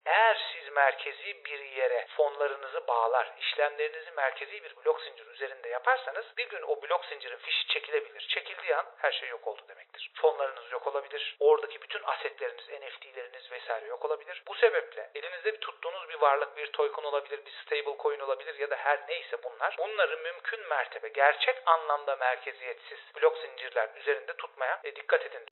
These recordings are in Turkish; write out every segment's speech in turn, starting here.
Eğer siz merkezi bir yere fonlarınızı bağlar, işlemlerinizi merkezi bir blok zinciri üzerinde yaparsanız bir gün o blok zincirin fişi çekilebilir. Çekildiği an her şey yok oldu demektir. Fonlarınız yok olabilir. Oradaki bütün asetleriniz, NFT'leriniz vesaire yok olabilir. Bu sebeple elinizde bir tuttuğunuz bir varlık, bir token olabilir, bir stable coin olabilir ya da her neyse bunlar. Bunları mümkün mertebe gerçek anlamda merkeziyetsiz blok zincirler üzerinde tutmaya dikkat edin.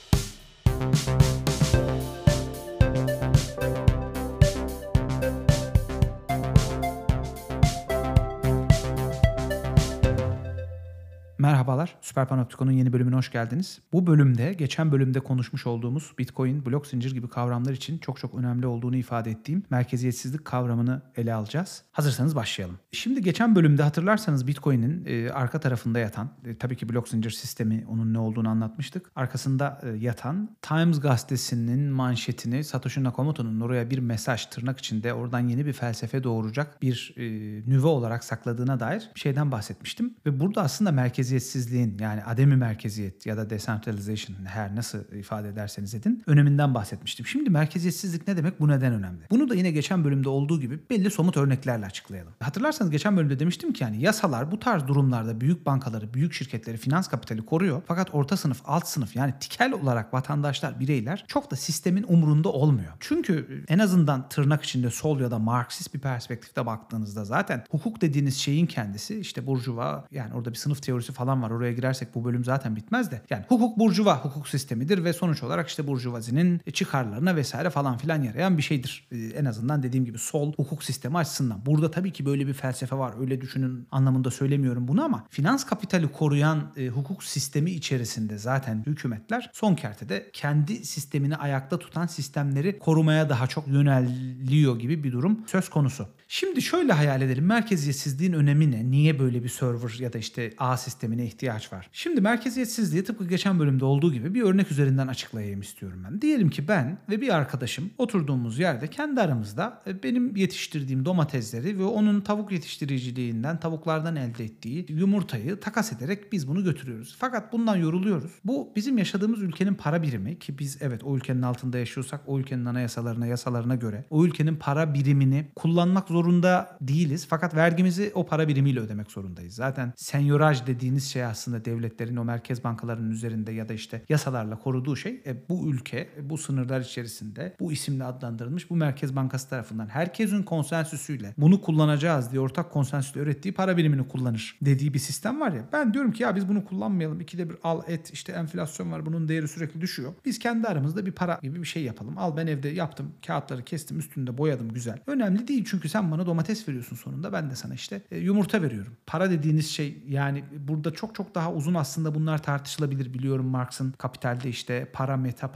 Merhabalar, Süper Panoptikon'un yeni bölümüne hoş geldiniz. Bu bölümde, geçen bölümde konuşmuş olduğumuz Bitcoin, blok zincir gibi kavramlar için çok önemli olduğunu ifade ettiğim merkeziyetsizlik kavramını ele alacağız. Hazırsanız başlayalım. Şimdi geçen bölümde hatırlarsanız Bitcoin'in arka tarafında yatan, tabii ki blok zincir sistemi onun ne olduğunu anlatmıştık. Arkasında yatan Times gazetesinin manşetini Satoshi Nakamoto'nun oraya bir mesaj tırnak içinde oradan yeni bir felsefe doğuracak bir nüve olarak sakladığına dair bir şeyden bahsetmiştim. Ve burada aslında merkeziyetsizliğin, yani ademi merkeziyet ya da decentralization, her nasıl ifade ederseniz edin, öneminden bahsetmiştim. Şimdi merkeziyetsizlik ne demek? Bu neden önemli? Bunu da yine geçen bölümde olduğu gibi belli somut örneklerle açıklayalım. Hatırlarsanız geçen bölümde demiştim ki yani yasalar bu tarz durumlarda büyük bankaları, büyük şirketleri, finans kapitali koruyor. Fakat orta sınıf, alt sınıf yani tikel olarak vatandaşlar, bireyler çok da sistemin umrunda olmuyor. Çünkü en azından tırnak içinde sol ya da Marksist bir perspektifte baktığınızda zaten hukuk dediğiniz şeyin kendisi işte burjuva, yani orada bir sınıf teorisi falan var. Oraya girersek bu bölüm zaten bitmez de. Yani hukuk burjuva hukuk sistemidir ve sonuç olarak işte burjuvazinin çıkarlarına vesaire falan filan yarayan bir şeydir. En azından dediğim gibi sol hukuk sistemi açısından. Burada tabii ki böyle bir felsefe var. Öyle düşünün anlamında söylemiyorum bunu ama finans kapitali koruyan hukuk sistemi içerisinde zaten hükümetler son kertede kendi sistemini ayakta tutan sistemleri korumaya daha çok yöneliyor gibi bir durum söz konusu. Şimdi şöyle hayal edelim. Merkeziyetsizliğin önemi ne? Niye böyle bir server ya da işte ağ sistemine ihtiyaç var? Şimdi merkeziyetsizliği tıpkı geçen bölümde olduğu gibi bir örnek üzerinden açıklayayım istiyorum ben. Diyelim ki ben ve bir arkadaşım oturduğumuz yerde kendi aramızda benim yetiştirdiğim domatesleri ve onun tavuk yetiştiriciliğinden, tavuklardan elde ettiği yumurtayı takas ederek biz bunu götürüyoruz. Fakat bundan yoruluyoruz. Bu bizim yaşadığımız ülkenin para birimi ki biz evet o ülkenin altında yaşıyorsak o ülkenin anayasalarına, yasalarına göre o ülkenin para birimini kullanmak zorunda değiliz. Fakat vergimizi o para birimiyle ödemek zorundayız. Zaten senyoraj dediğiniz şey aslında devletlerin o merkez bankalarının üzerinde ya da işte yasalarla koruduğu şey. Bu ülke bu sınırlar içerisinde bu isimle adlandırılmış bu merkez bankası tarafından herkesin konsensüsüyle bunu kullanacağız diye ortak konsensüsle ürettiği para birimini kullanır dediği bir sistem var ya. Ben diyorum ki ya biz bunu kullanmayalım. İkide bir al et, işte enflasyon var, bunun değeri sürekli düşüyor. Biz kendi aramızda bir para gibi bir şey yapalım. Al ben evde yaptım. Kağıtları kestim, üstünde boyadım güzel. Önemli değil çünkü sen bana domates veriyorsun sonunda. Ben de sana işte yumurta veriyorum. Para dediğiniz şey yani burada çok daha uzun aslında bunlar tartışılabilir. Biliyorum Marx'ın Kapital'de işte para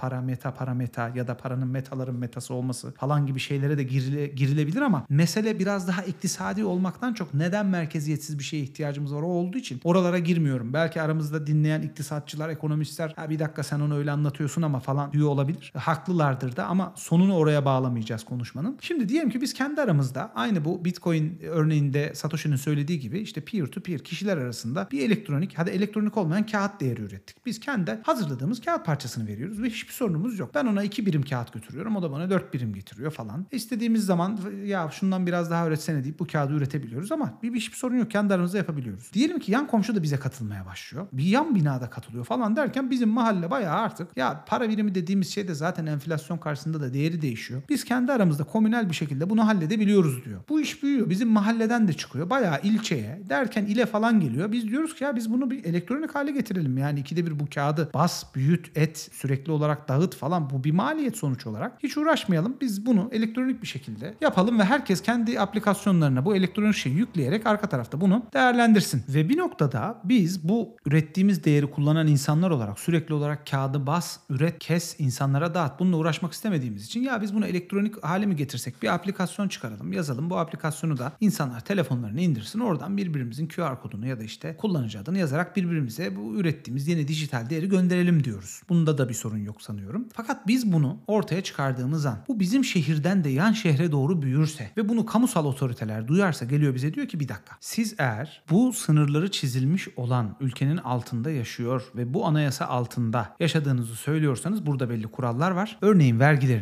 meta ya da paranın metaların metası olması falan gibi şeylere de girilebilir ama mesele biraz daha iktisadi olmaktan çok neden merkeziyetsiz bir şeye ihtiyacımız var o olduğu için oralara girmiyorum. Belki aramızda dinleyen iktisatçılar, ekonomistler bir dakika sen onu öyle anlatıyorsun ama falan diyor olabilir. Haklılardır da ama sonunu oraya bağlamayacağız konuşmanın. Şimdi diyelim ki biz kendi aramızda aynı bu Bitcoin örneğinde Satoshi'nin söylediği gibi işte peer to peer kişiler arasında bir elektronik, hadi elektronik olmayan kağıt değeri ürettik. Biz kendi hazırladığımız kağıt parçasını veriyoruz ve hiçbir sorunumuz yok. Ben ona 2 birim kağıt götürüyorum. O da bana 4 birim getiriyor falan. İstediğimiz zaman ya şundan biraz daha üretsene deyip bu kağıdı üretebiliyoruz ama hiçbir sorun yok. Kendi aramızda yapabiliyoruz. Diyelim ki yan komşu da bize katılmaya başlıyor. Bir yan binada katılıyor falan derken bizim mahalle bayağı artık ya para birimi dediğimiz şey de zaten enflasyon karşısında da değeri değişiyor. Biz kendi aramızda komünel bir şekilde bunu halledebiliyoruz diyor. Bu iş büyüyor. Bizim mahalleden de çıkıyor. Bayağı ilçeye derken ile falan geliyor. Biz diyoruz ki ya biz bunu bir elektronik hale getirelim. Yani ikide bir bu kağıdı bas, büyüt, et, sürekli olarak dağıt falan. Bu bir maliyet sonuç olarak. Hiç uğraşmayalım. Biz bunu elektronik bir şekilde yapalım ve herkes kendi aplikasyonlarına bu elektronik şeyi yükleyerek arka tarafta bunu değerlendirsin. Ve bir noktada biz bu ürettiğimiz değeri kullanan insanlar olarak sürekli olarak kağıdı bas, üret, kes, insanlara dağıt. Bununla uğraşmak istemediğimiz için ya biz bunu elektronik hale mi getirsek bir aplikasyon çıkaralım, yazalım. Bu aplikasyonu da insanlar telefonlarına indirsin. Oradan birbirimizin QR kodunu ya da işte kullanıcı adını yazarak birbirimize bu ürettiğimiz yeni dijital değeri gönderelim diyoruz. Bunda da bir sorun yok sanıyorum. Fakat biz bunu ortaya çıkardığımız an bu bizim şehirden de yan şehre doğru büyürse ve bunu kamusal otoriteler duyarsa geliyor bize diyor ki bir dakika. Siz eğer bu sınırları çizilmiş olan ülkenin altında yaşıyor ve bu anayasa altında yaşadığınızı söylüyorsanız burada belli kurallar var. Örneğin vergilerinizi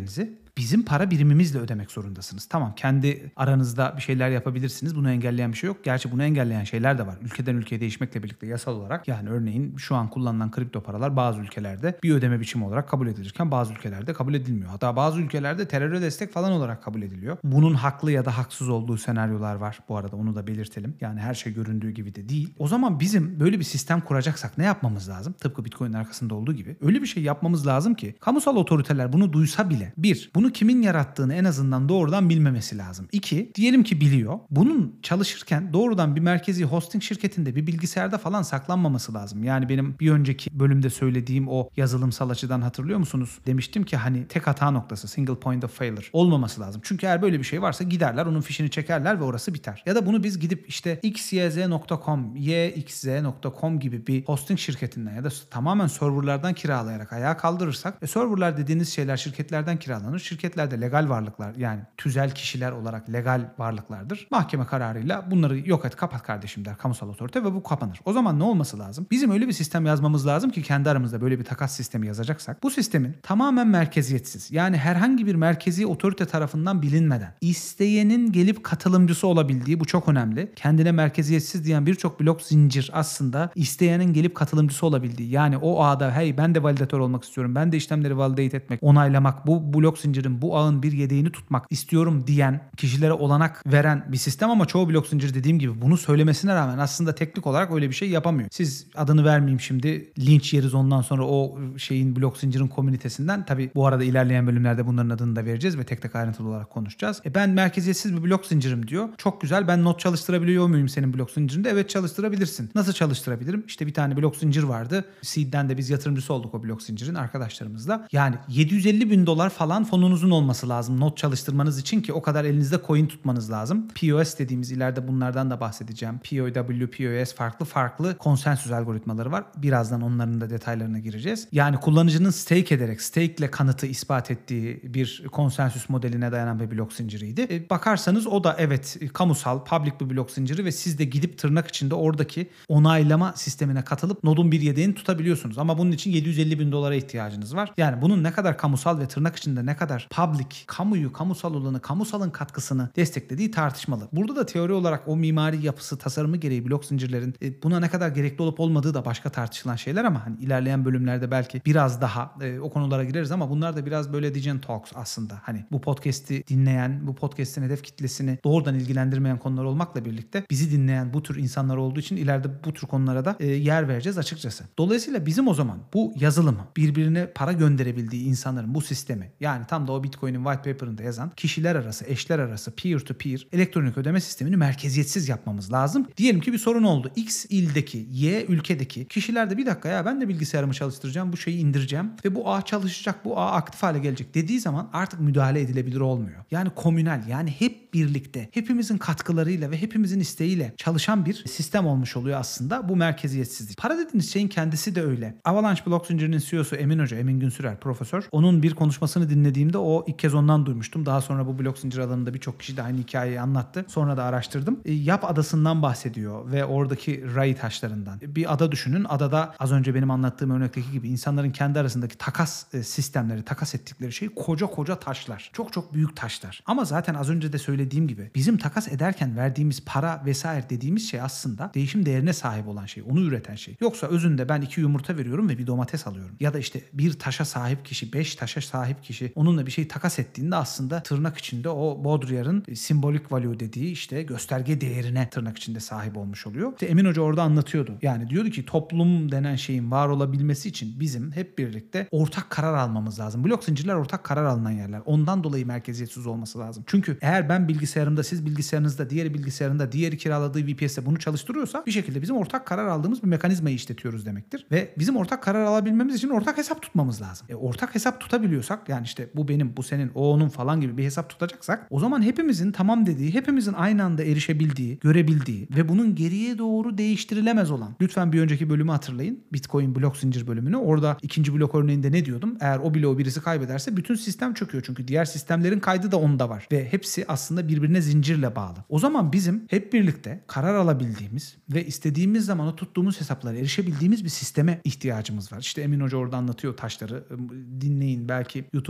bizim para birimimizle ödemek zorundasınız. Tamam, kendi aranızda bir şeyler yapabilirsiniz. Bunu engelleyen bir şey yok. Gerçi bunu engelleyen şeyler de var. Ülkeden ülkeye değişmekle birlikte yasal olarak, yani örneğin şu an kullanılan kripto paralar bazı ülkelerde bir ödeme biçimi olarak kabul edilirken bazı ülkelerde kabul edilmiyor. Hatta bazı ülkelerde teröre destek falan olarak kabul ediliyor. Bunun haklı ya da haksız olduğu senaryolar var. Bu arada onu da belirtelim. Yani her şey göründüğü gibi de değil. O zaman bizim böyle bir sistem kuracaksak ne yapmamız lazım? Tıpkı Bitcoin'in arkasında olduğu gibi. Öyle bir şey yapmamız lazım ki kamusal otoriteler bunu duysa bile, bir, bunu kimin yarattığını en azından doğrudan bilmemesi lazım. İki, diyelim ki biliyor. Bunun çalışırken doğrudan bir merkezi hosting şirketinde bir bilgisayarda falan saklanmaması lazım. Yani benim bir önceki bölümde söylediğim o yazılımsal açıdan hatırlıyor musunuz? Demiştim ki hani tek hata noktası, single point of failure olmaması lazım. Çünkü eğer böyle bir şey varsa giderler onun fişini çekerler ve orası biter. Ya da bunu biz gidip işte xyz.com, yxz.com gibi bir hosting şirketinden ya da tamamen serverlardan kiralayarak ayağa kaldırırsak, serverlar dediğiniz şeyler şirketlerden kiralanır. Şirketler de legal varlıklar, yani tüzel kişiler olarak legal varlıklardır. Mahkeme kararıyla bunları yok et, kapat kardeşim der kamusal otorite ve bu kapanır. O zaman ne olması lazım? Bizim öyle bir sistem yazmamız lazım ki kendi aramızda böyle bir takas sistemi yazacaksak bu sistemin tamamen merkeziyetsiz, yani herhangi bir merkezi otorite tarafından bilinmeden isteyenin gelip katılımcısı olabildiği, bu çok önemli. Kendine merkeziyetsiz diyen birçok blok zincir aslında isteyenin gelip katılımcısı olabildiği. Yani o ağda hey ben de validatör olmak istiyorum, ben de işlemleri validate etmek, onaylamak, bu blok zincirin, bu ağın bir yedeğini tutmak istiyorum diyen kişilere olanak veren bir sistem ama çoğu blok zincir dediğim gibi bunu söylemesine rağmen aslında teknik olarak öyle bir şey yapamıyor. Siz adını vermeyeyim şimdi, linç yeriz ondan sonra o şeyin, blok zincirin komünitesinden. Tabii bu arada ilerleyen bölümlerde bunların adını da vereceğiz ve tek tek ayrıntılı olarak konuşacağız. Ben merkeziyetsiz bir blok zincirim diyor. Çok güzel, ben not çalıştırabiliyor muyum senin blok zincirinde? Evet, çalıştırabilirsin. Nasıl çalıştırabilirim? İşte bir tane blok zincir vardı. Seed'den de biz yatırımcısı olduk o blok zincirin arkadaşlarımızla. Yani $750.000 falan fonunuzun olması lazım not çalıştırmanız için ki o kadar elinizde coin tutmanız lazım. POS dediğimiz, ileride bunlardan da bahsedeceğim. POW, POS farklı konsensüs algoritmaları var. Birazdan onların da detaylarına gireceğiz. Yani kullanıcının stake ederek, stake ile kanıtı ispat ettiği bir konsensüs modeline dayanan bir blok zinciriydi. Bakarsanız o da evet kamusal, public bir blok zinciri ve siz de gidip tırnak içinde oradaki onaylama sistemine katılıp nodun bir yedeğini tutabiliyorsunuz. Ama bunun için $750.000 ihtiyacınız var. Yani bunun ne kadar kamusal ve tırnak içinde ne kadar public, kamuyu, kamusal olanı, kamusalın katkısını desteklediği tartışmalı. Burada da teori olarak o mimari yapısı, tasarımı gereği blok zincirlerin buna ne kadar gerekli olup olmadığı da başka tartışılan şeyler ama hani ilerleyen bölümlerde belki biraz daha o konulara gireriz ama bunlar da biraz böyle Degen Talks aslında. Hani bu podcast'i dinleyen, bu podcast'in hedef kitlesini doğrudan ilgilendirmeyen konular olmakla birlikte bizi dinleyen bu tür insanlar olduğu için ileride bu tür konulara da yer vereceğiz açıkçası. Dolayısıyla bizim o zaman bu yazılımı, birbirine para gönderebildiği insanların bu sistemi, yani tam da o Bitcoin'in white paper'ında yazan kişiler arası, eşler arası, peer to peer elektronik ödeme sistemini merkeziyetsiz yapmamız lazım. Diyelim ki bir sorun oldu. X ildeki, Y ülkedeki kişiler de bir dakika ya ben de bilgisayarımı çalıştıracağım, bu şeyi indireceğim ve bu ağ çalışacak, bu ağ aktif hale gelecek dediği zaman artık müdahale edilebilir olmuyor. Yani komünel, yani hep birlikte, hepimizin katkılarıyla ve hepimizin isteğiyle çalışan bir sistem olmuş oluyor aslında bu merkeziyetsizlik. Para dediğiniz şeyin kendisi de öyle. Avalanche blok zincirinin CEO'su Emin Hoca, Emin Günsürer profesör. Onun bir konuşmasını dinlediğimde o ilk kez ondan duymuştum. Daha sonra bu blok zincir alanında birçok kişi de aynı hikayeyi anlattı. Sonra da araştırdım. Yap adasından bahsediyor ve oradaki ray taşlarından. Bir ada düşünün. Adada az önce benim anlattığım örnekteki gibi insanların kendi arasındaki takas sistemleri, takas ettikleri şey koca koca taşlar. Çok çok büyük taşlar. Ama zaten az önce de söylediğim gibi bizim takas ederken verdiğimiz para vesaire dediğimiz şey aslında değişim değerine sahip olan şey. Onu üreten şey. Yoksa özünde ben 2 yumurta veriyorum ve bir domates alıyorum. Ya da işte bir taşa sahip kişi, 5 taşa sahip kişi onunla bir şey takas ettiğinde aslında tırnak içinde o Baudrillard'ın simbolik value dediği işte gösterge değerine tırnak içinde sahip olmuş oluyor. İşte Emin Hoca orada anlatıyordu. Yani diyordu ki toplum denen şeyin var olabilmesi için bizim hep birlikte ortak karar almamız lazım. Blok zincirler ortak karar alınan yerler. Ondan dolayı merkeziyetsiz olması lazım. Çünkü eğer ben bilgisayarımda, siz bilgisayarınızda, diğeri bilgisayarında, diğeri kiraladığı VPS'te bunu çalıştırıyorsa bir şekilde bizim ortak karar aldığımız bir mekanizmayı işletiyoruz demektir. Ve bizim ortak karar alabilmemiz için ortak hesap tutmamız lazım. Ortak hesap tutabiliyorsak, yani işte bu benim, bu senin, o onun falan gibi bir hesap tutacaksak o zaman hepimizin tamam dediği, hepimizin aynı anda erişebildiği, görebildiği ve bunun geriye doğru değiştirilemez olan. Lütfen bir önceki bölümü hatırlayın. Bitcoin blok zincir bölümünü. Orada ikinci blok örneğinde ne diyordum? Eğer o bloğu birisi kaybederse bütün sistem çöküyor. Çünkü diğer sistemlerin kaydı da onda var. Ve hepsi aslında birbirine zincirle bağlı. O zaman bizim hep birlikte karar alabildiğimiz ve istediğimiz zaman o tuttuğumuz hesaplara erişebildiğimiz bir sisteme ihtiyacımız var. İşte Emin Hoca orada anlatıyor taşları. Dinleyin. Belki YouTube'da Emin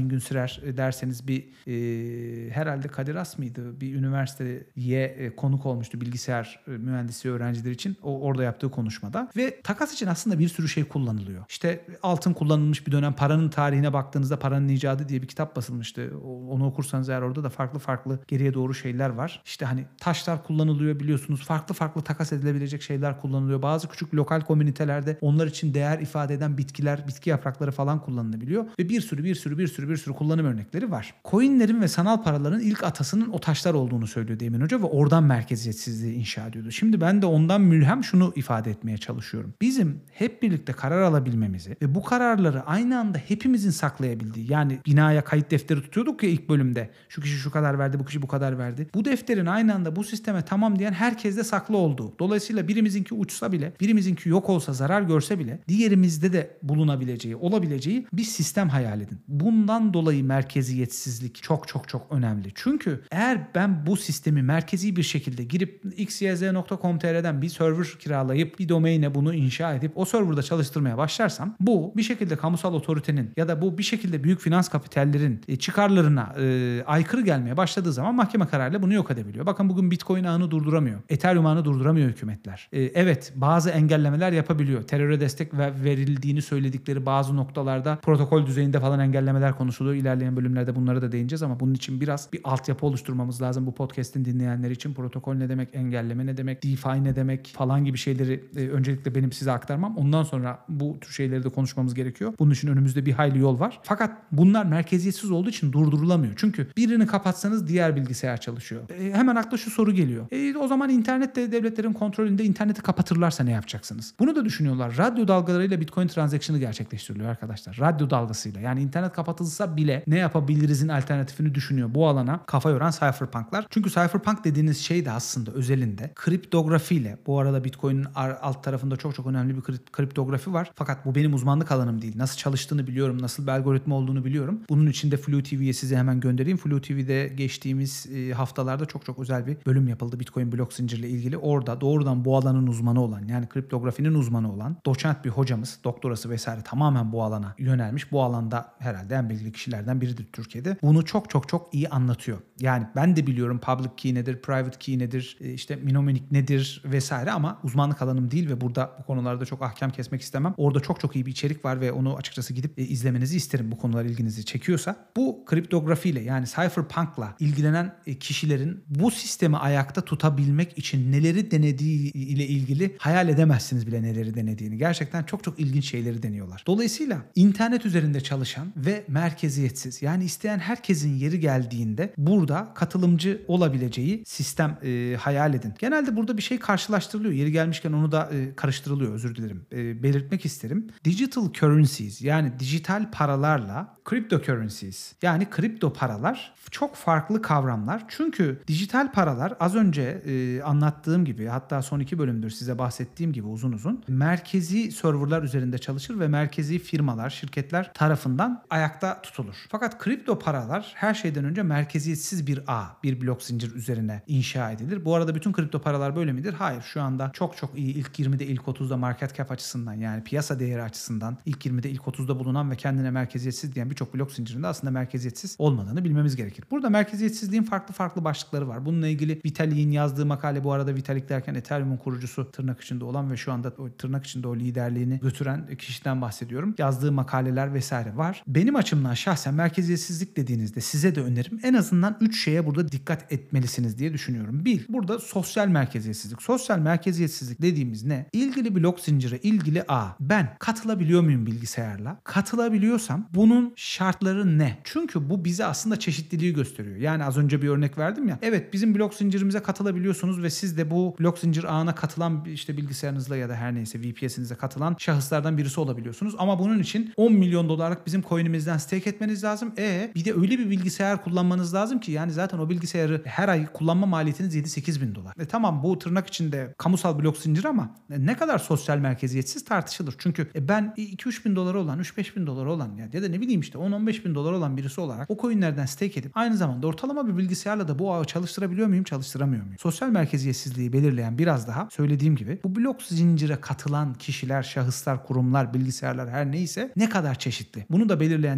gün sürer derseniz bir herhalde Kadir Has mıydı? Bir üniversiteye konuk olmuştu bilgisayar mühendisliği öğrencileri için. O orada yaptığı konuşmada. Ve takas için aslında bir sürü şey kullanılıyor. İşte altın kullanılmış bir dönem. Paranın tarihine baktığınızda Paranın İcadı diye bir kitap basılmıştı. Onu okursanız eğer orada da farklı geriye doğru şeyler var. İşte hani taşlar kullanılıyor biliyorsunuz. Farklı takas edilebilecek şeyler kullanılıyor. Bazı küçük lokal komünitelerde onlar için değer ifade eden bitkiler, bitki yaprakları falan kullanılabiliyor. Ve bir sürü kullanım örnekleri var. Coinlerin ve sanal paraların ilk atasının o taşlar olduğunu söylüyordu Emin Hoca ve oradan merkeziyetsizliği inşa ediyordu. Şimdi ben de ondan mülhem şunu ifade etmeye çalışıyorum. Bizim hep birlikte karar alabilmemizi ve bu kararları aynı anda hepimizin saklayabildiği, yani binaya kayıt defteri tutuyorduk ya ilk bölümde. Şu kişi şu kadar verdi, bu kişi bu kadar verdi. Bu defterin aynı anda bu sisteme tamam diyen herkeste saklı olduğu. Dolayısıyla birimizinki uçsa bile, birimizinki yok olsa, zarar görse bile diğerimizde de bulunabileceği, olabileceği bir sistem hayal edin. Bundan dolayı merkeziyetsizlik çok önemli. Çünkü eğer ben bu sistemi merkezi bir şekilde girip xyz.com.tr'den bir server kiralayıp bir domaine bunu inşa edip o serverda çalıştırmaya başlarsam bu bir şekilde kamusal otoritenin ya da bu bir şekilde büyük finans kapitallerin çıkarlarına aykırı gelmeye başladığı zaman mahkeme kararıyla bunu yok edebiliyor. Bakın bugün Bitcoin ağını durduramıyor. Ethereum ağını durduramıyor hükümetler. Evet, bazı engellemeler yapabiliyor. Teröre destek verildiğini söyledikleri bazı noktalarda protokol düzeyinde falan engellemeler konuşuluyor. İlerleyen bölümlerde bunlara da değineceğiz ama bunun için biraz bir altyapı oluşturmamız lazım. Bu podcast'in dinleyenler için protokol ne demek, engelleme ne demek, DeFi ne demek falan gibi şeyleri öncelikle benim size aktarmam. Ondan sonra bu tür şeyleri de konuşmamız gerekiyor. Bunun için önümüzde bir hayli yol var. Fakat bunlar merkeziyetsiz olduğu için durdurulamıyor. Çünkü birini kapatsanız diğer bilgisayar çalışıyor. Hemen akla şu soru geliyor. O zaman internette devletlerin kontrolünde interneti kapatırlarsa ne yapacaksınız? Bunu da düşünüyorlar. Radyo dalgalarıyla Bitcoin transaction'ı gerçekleştiriliyor arkadaşlar. Radyo dalgasıyla. Yani internet kapatılsa bile ne yapabilirizin alternatifini düşünüyor bu alana kafa yoran cypherpunklar. Çünkü cypherpunk dediğiniz şey de aslında özelinde kriptografiyle, bu arada Bitcoin'in alt tarafında çok önemli bir kriptografi var. Fakat bu benim uzmanlık alanım değil. Nasıl çalıştığını biliyorum, nasıl bir algoritma olduğunu biliyorum. Bunun için de Flu TV'ye size hemen göndereyim. Flu TV'de geçtiğimiz haftalarda çok özel bir bölüm yapıldı Bitcoin blok zincirle ilgili. Orada doğrudan bu alanın uzmanı olan, yani kriptografinin uzmanı olan doçent bir hocamız, doktorası vesaire tamamen bu alana yönelmiş. Bu alanda herhalde en bilgili kişilerden biridir Türkiye'de. Bunu çok iyi anlatıyor. Yani ben de biliyorum public key nedir, private key nedir, işte mnemonic nedir vesaire ama uzmanlık alanım değil ve burada bu konularda çok ahkam kesmek istemem. Orada çok iyi bir içerik var ve onu açıkçası gidip izlemenizi isterim bu konular ilginizi çekiyorsa. Bu kriptografiyle, yani cypherpunk'la ilgilenen kişilerin bu sistemi ayakta tutabilmek için neleri denediği ile ilgili hayal edemezsiniz bile neleri denediğini. Gerçekten çok ilginç şeyleri deniyorlar. Dolayısıyla internet üzerinde çalışan ve merkeziyetsiz, yani isteyen herkesin yeri geldiğinde burada katılımcı olabileceği sistem hayal edin. Genelde burada bir şey karşılaştırılıyor. Yeri gelmişken onu da karıştırılıyor, özür dilerim. Belirtmek isterim. Digital currencies, yani dijital paralarla cryptocurrencies, yani kripto paralar çok farklı kavramlar. Çünkü dijital paralar az önce anlattığım gibi, hatta son 2 bölümdür size bahsettiğim gibi uzun merkezi serverlar üzerinde çalışır ve merkezi firmalar, şirketler tarafından ayakta tutulur. Fakat kripto paralar her şeyden önce merkeziyetsiz bir ağ, bir blok zincir üzerine inşa edilir. Bu arada bütün kripto paralar böyle midir? Hayır. Şu anda çok iyi ilk 20'de ilk 30'da market cap açısından, yani piyasa değeri açısından ilk 20'de ilk 30'da bulunan ve kendine merkeziyetsiz diyen birçok blok zincirinde aslında merkeziyetsiz olmadığını bilmemiz gerekir. Burada merkeziyetsizliğin farklı başlıkları var. Bununla ilgili Vitalik'in yazdığı makale, bu arada Vitalik derken Ethereum'un kurucusu tırnak içinde olan ve şu anda tırnak içinde o liderliğini götüren kişiden bahsediyorum. Yazdığı makaleler vesaire var. Benim açımdan şahsen merkeziyetsizlik dediğinizde size de önerim en azından 3 şeye burada dikkat etmelisiniz diye düşünüyorum. 1. Burada sosyal merkeziyetsizlik. Sosyal merkeziyetsizlik dediğimiz ne? İlgili blok zincire, ilgili ağ. Ben katılabiliyor muyum bilgisayarla? Katılabiliyorsam bunun şartları ne? Çünkü bu bize aslında çeşitliliği gösteriyor. Yani az önce bir örnek verdim ya. Evet, bizim blok zincirimize katılabiliyorsunuz ve siz de bu blok zincir ağına katılan, işte bilgisayarınızla ya da her neyse VPS'inize katılan şahıslardan birisi olabiliyorsunuz. Ama bunun için $10 milyon bizim coin'imizden stake etmeniz lazım. Bir de öyle bir bilgisayar kullanmanız lazım ki, yani zaten o bilgisayarı her ay kullanma maliyetiniz $7-8 bin. Tamam, bu tırnak içinde kamusal blok zincir ama ne kadar sosyal merkeziyetsiz tartışılır. Çünkü ben $2-3 bin olan, $3-5 bin olan ya da ne bileyim işte $10-15 bin olan birisi olarak o coin'lerden stake edip aynı zamanda ortalama bir bilgisayarla da bu ağı çalıştırabiliyor muyum, çalıştıramıyor muyum? Sosyal merkeziyetsizliği belirleyen biraz daha söylediğim gibi bu blok zincire katılan kişiler, şahıslar, kurumlar, bilgisayarlar her neyse ne kadar çeşitli. Bunu da belirleyen dediğim gibi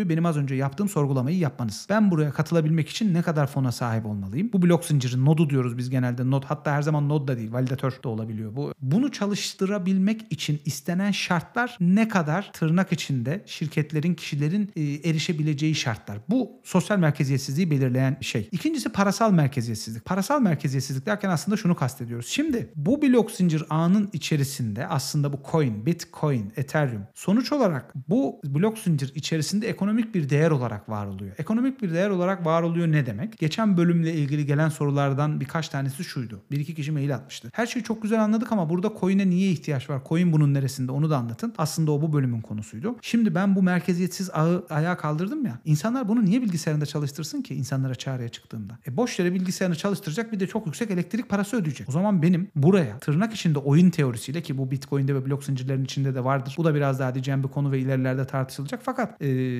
bölümü benim az önce yaptığım sorgulamayı yapmanız. Ben buraya katılabilmek için ne kadar fona sahip olmalıyım? Bu blok zincirin nodu diyoruz biz genelde. Nod, hatta her zaman nod da değil, validatör de olabiliyor. Bunu çalıştırabilmek için istenen şartlar ne kadar, tırnak içinde şirketlerin, kişilerin erişebileceği şartlar. Bu sosyal merkeziyetsizliği belirleyen şey. İkincisi parasal merkeziyetsizlik. Parasal merkeziyetsizlik derken aslında şunu kastediyoruz. Şimdi bu blok zincir ağının içerisinde aslında bu coin, Bitcoin, Ethereum sonuç olarak bu blok zincir içerisinde ekonomik bir değer olarak var oluyor. Ekonomik bir değer olarak var oluyor ne demek? Geçen bölümle ilgili gelen sorulardan birkaç tanesi şuydu. Bir iki kişi mail atmıştı. Her şeyi çok güzel anladık ama burada coin'e niye ihtiyaç var? Coin bunun neresinde? Onu da anlatın. Aslında o bu bölümün konusuydu. Şimdi ben bu merkeziyetsiz ağı ayağa kaldırdım ya. İnsanlar bunu niye bilgisayarında çalıştırsın ki insanlara çağrıya çıktığımda? Boş yere bilgisayarını çalıştıracak, bir de çok yüksek elektrik parası ödeyecek. O zaman benim buraya tırnak içinde oyun teorisiyle, ki bu Bitcoin'de ve blok zincirlerin içinde de vardır. Bu da biraz daha diyeceğim bir konu ve ilerilerde tartışılacak. Fakat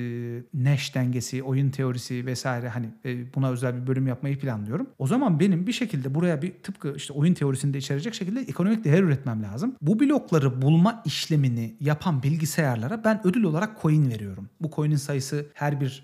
Nash dengesi, oyun teorisi vesaire, hani buna özel bir bölüm yapmayı planlıyorum. O zaman benim bir şekilde buraya bir tıpkı işte oyun teorisinde içerecek şekilde ekonomik değer üretmem lazım. Bu blokları bulma işlemini yapan bilgisayarlara ben ödül olarak coin veriyorum. Bu coin'in sayısı her bir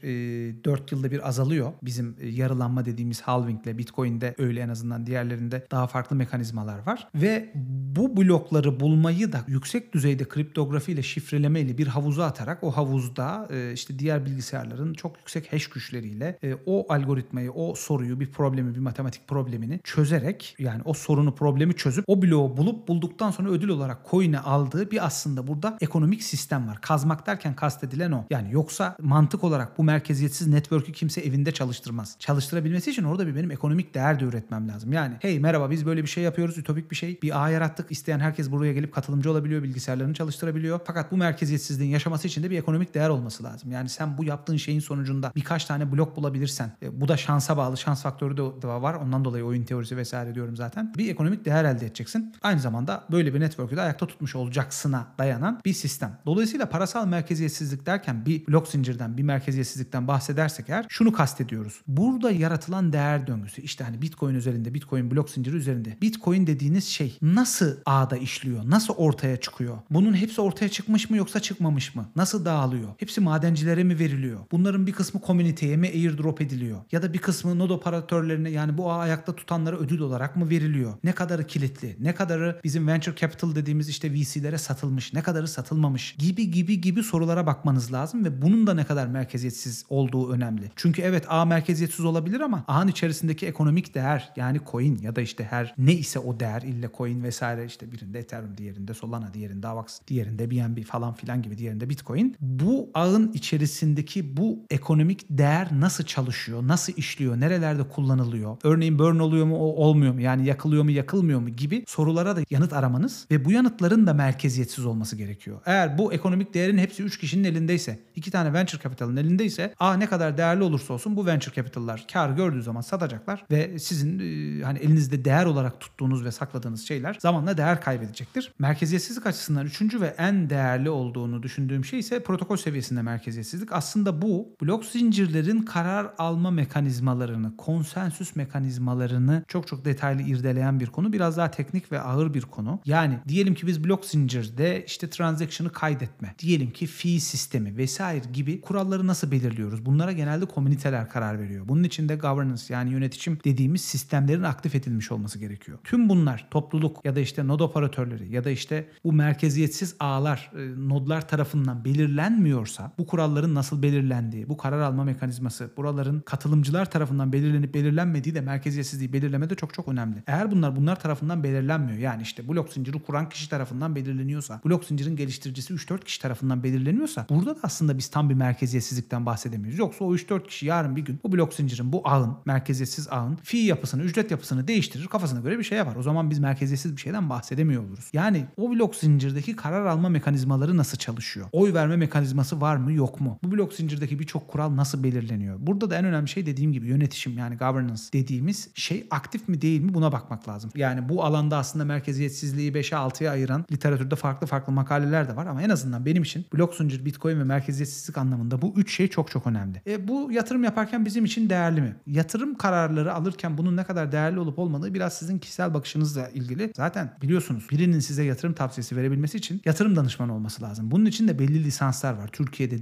4 yılda bir azalıyor. Bizim yarılanma dediğimiz halvingle, Bitcoin'de öyle, en azından diğerlerinde daha farklı mekanizmalar var. Ve bu blokları bulmayı da yüksek düzeyde kriptografiyle, şifrelemeyle bir havuza atarak, o havuzda işte diğer bilgisayarların çok yüksek hash güçleriyle o algoritmayı, o soruyu, bir problemi, bir matematik problemini çözerek, yani o sorunu, problemi çözüp o bloğu bulup bulduktan sonra ödül olarak coin'i aldığı bir aslında burada ekonomik sistem var. Kazmak derken kastedilen o. Yani yoksa mantık olarak bu merkeziyetsiz network'ü kimse evinde çalıştırmaz. Çalıştırabilmesi için orada benim ekonomik değer de üretmem lazım. Yani hey merhaba, biz böyle bir şey yapıyoruz, ütopik bir şey. Bir ağ yarattık. İsteyen herkes buraya gelip katılımcı olabiliyor, bilgisayarlarını çalıştırabiliyor. Fakat bu merkeziyetsizliğin yaşaması için de bir ekonomik değer olması lazım. Yani sen bu yaptığın şeyin sonucunda birkaç tane blok bulabilirsen, bu da şansa bağlı, şans faktörü de var. Ondan dolayı oyun teorisi vesaire diyorum zaten. Bir ekonomik değer elde edeceksin. Aynı zamanda böyle bir network'ü de ayakta tutmuş olacaksına dayanan bir sistem. Dolayısıyla parasal merkeziyetsizlik derken bir blok zincirden, bir merkeziyetsizlikten bahsedersek eğer şunu kastediyoruz. Burada yaratılan değer döngüsü, işte hani Bitcoin üzerinde, Bitcoin blok zinciri üzerinde. Bitcoin dediğiniz şey nasıl ağda işliyor? Nasıl ortaya çıkıyor? Bunun hepsi ortaya çıkmış mı yoksa çıkmamış mı? Nasıl dağılıyor? Hepsi madencilere mi veriliyor? Bunların bir kısmı komüniteye mi airdrop ediliyor? Ya da bir kısmı node operatörlerine, yani bu ağı ayakta tutanlara ödül olarak mı veriliyor? Ne kadarı kilitli? Ne kadarı bizim venture capital dediğimiz işte VC'lere satılmış? Ne kadarı satılmamış? Gibi sorulara bakmanız lazım ve bunun da ne kadar merkeziyetsiz olduğu önemli. Çünkü evet, ağ merkeziyetsiz olabilir ama ağın içerisindeki ekonomik değer, yani coin ya da işte her ne ise o değer, ille coin vesaire, işte birinde Ethereum, diğerinde Solana, diğerinde AVAX, diğerinde BNB falan filan gibi, diğerinde Bitcoin. Bu ağın içerisindeki bu ekonomik değer nasıl çalışıyor, nasıl işliyor, nerelerde kullanılıyor? Örneğin burn oluyor mu, olmuyor mu? Yani yakılıyor mu, yakılmıyor mu gibi sorulara da yanıt aramanız ve bu yanıtların da merkeziyetsiz olması gerekiyor. Eğer bu ekonomik değerin hepsi 3 kişinin elindeyse, 2 tane venture capital'ın elindeyse, ne kadar değerli olursa olsun bu venture capital'lar kar gördüğü zaman satacaklar ve sizin hani elinizde değer olarak tuttuğunuz ve sakladığınız şeyler zamanla değer kaybedecektir. Merkeziyetsizlik açısından üçüncü ve en değerli olduğunu düşündüğüm şey ise protokol seviyesinde merkeziyetsizlik. Aslında bu blok zincirlerin karar alma mekanizmalarını, konsensüs mekanizmalarını çok detaylı irdeleyen bir konu. Biraz daha teknik ve ağır bir konu. Yani diyelim ki biz blok zincirde işte transaction'ı kaydetme, diyelim ki fee sistemi vesaire gibi kuralları nasıl belirliyoruz? Bunlara genelde komüniteler karar veriyor. Bunun için de governance, yani yönetişim dediğimiz sistemlerin aktif edilmiş olması gerekiyor. Tüm bunlar topluluk ya da işte node operatörleri ya da işte bu merkeziyetsiz ağlar, nodlar tarafından belirlenmiyorsa, bu kuralların nasıl belirlendiği, bu karar alma mekanizması, buraların katılımcılar tarafından belirlenip belirlenmediği de merkeziyetsizliği belirlemede çok önemli. Eğer bunlar tarafından belirlenmiyor, yani işte blok zinciri kuran kişi tarafından belirleniyorsa, blok zincirin geliştiricisi 3-4 kişi tarafından belirleniyorsa, burada da aslında biz tam bir merkeziyetsizlikten bahsedemiyoruz. Yoksa o 3-4 kişi yarın bir gün bu blok zincirin, bu ağın, merkeziyetsiz ağın fee yapısını, ücret yapısını değiştirir, kafasına göre bir şey yapar. O zaman biz merkeziyetsiz bir şeyden bahsedemiyor oluruz. Yani o blok zincirdeki karar alma mekanizmaları nasıl çalışıyor? Oy verme mekanizması var mı, yok mu? Bu blok zincirdeki birçok kural nasıl belirleniyor? Burada da en önemli şey, dediğim gibi, yönetişim, yani governance dediğimiz şey aktif mi değil mi, buna bakmak lazım. Yani bu alanda aslında merkeziyetsizliği 5'e 6'ya ayıran literatürde farklı makaleler de var ama en azından benim için blok zincir, Bitcoin ve merkeziyetsizlik anlamında bu 3 şey çok önemli. Bu yatırım yaparken bizim için değerli mi? Yatırım kararları alırken bunun ne kadar değerli olup olmadığı biraz sizin kişisel bakışınızla ilgili. Zaten biliyorsunuz, birinin size yatırım tavsiyesi verebilmesi için yatırım danışmanı olması lazım. Bunun için de belli lisanslar var. Türkiye'de, dünyada bu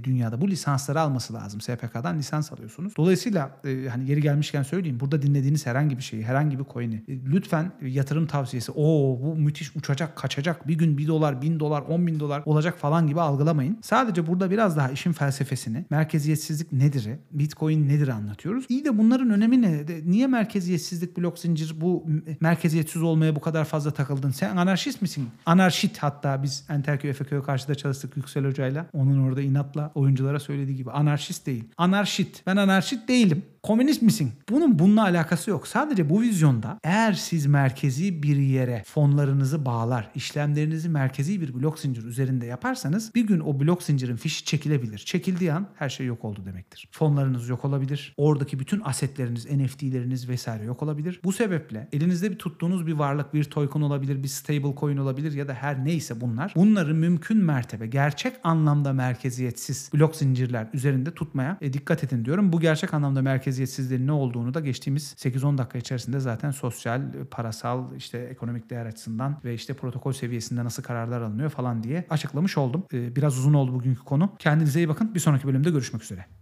lisansları alması lazım. SPK'dan lisans alıyorsunuz. Dolayısıyla hani yeri gelmişken söyleyeyim. Burada dinlediğiniz herhangi bir şeyi, herhangi bir coin'i lütfen yatırım tavsiyesi, bu müthiş uçacak, kaçacak, bir gün $1, $1000, $10.000 olacak falan gibi algılamayın. Sadece burada biraz daha işin felsefesini, merkeziyetsizlik nedir, Bitcoin nedir anlatıyoruz. İyi de bunların önemi ne? Niye merkeziyetsizlik, blok zincir, bu merkeziyetsiz olmaya bu kadar fazla takıldın? Sen anarşist misin? Anarşit, hatta biz Entelköy FK'ya karşıda çalıştık Yüksel Hoca'yla. Onun orada inatla oyunculara söylediği gibi anarşist değil. Anarşit. Ben anarşit değilim. Komünist misin? Bununla alakası yok. Sadece bu vizyonda eğer siz merkezi bir yere fonlarınızı bağlar, işlemlerinizi merkezi bir blok zincir üzerinde yaparsanız bir gün o blok zincirin fişi çekilebilir. Çekildiği an her şey yok oldu demektir. Fonlarınız yok olabilir. Oradaki bütün asetleriniz, NFT'leriniz vesaire yok olabilir. Bu sebeple elinizde tuttuğunuz bir varlık, bir token olabilir, bir stable coin olabilir ya da her neyse bunları mümkün mertebe gerçek anlamda merkeziyetsiz blok zincirler üzerinde tutmaya dikkat edin diyorum. Bu gerçek anlamda merkeziyetsizliğin ne olduğunu da geçtiğimiz 8-10 dakika içerisinde zaten sosyal, parasal, ekonomik değer açısından ve protokol seviyesinde nasıl kararlar alınıyor falan diye açıklamış oldum. Biraz uzun oldu bugünkü konu. Kendinize iyi bakın. Bir sonraki bölümde görüşmek üzere.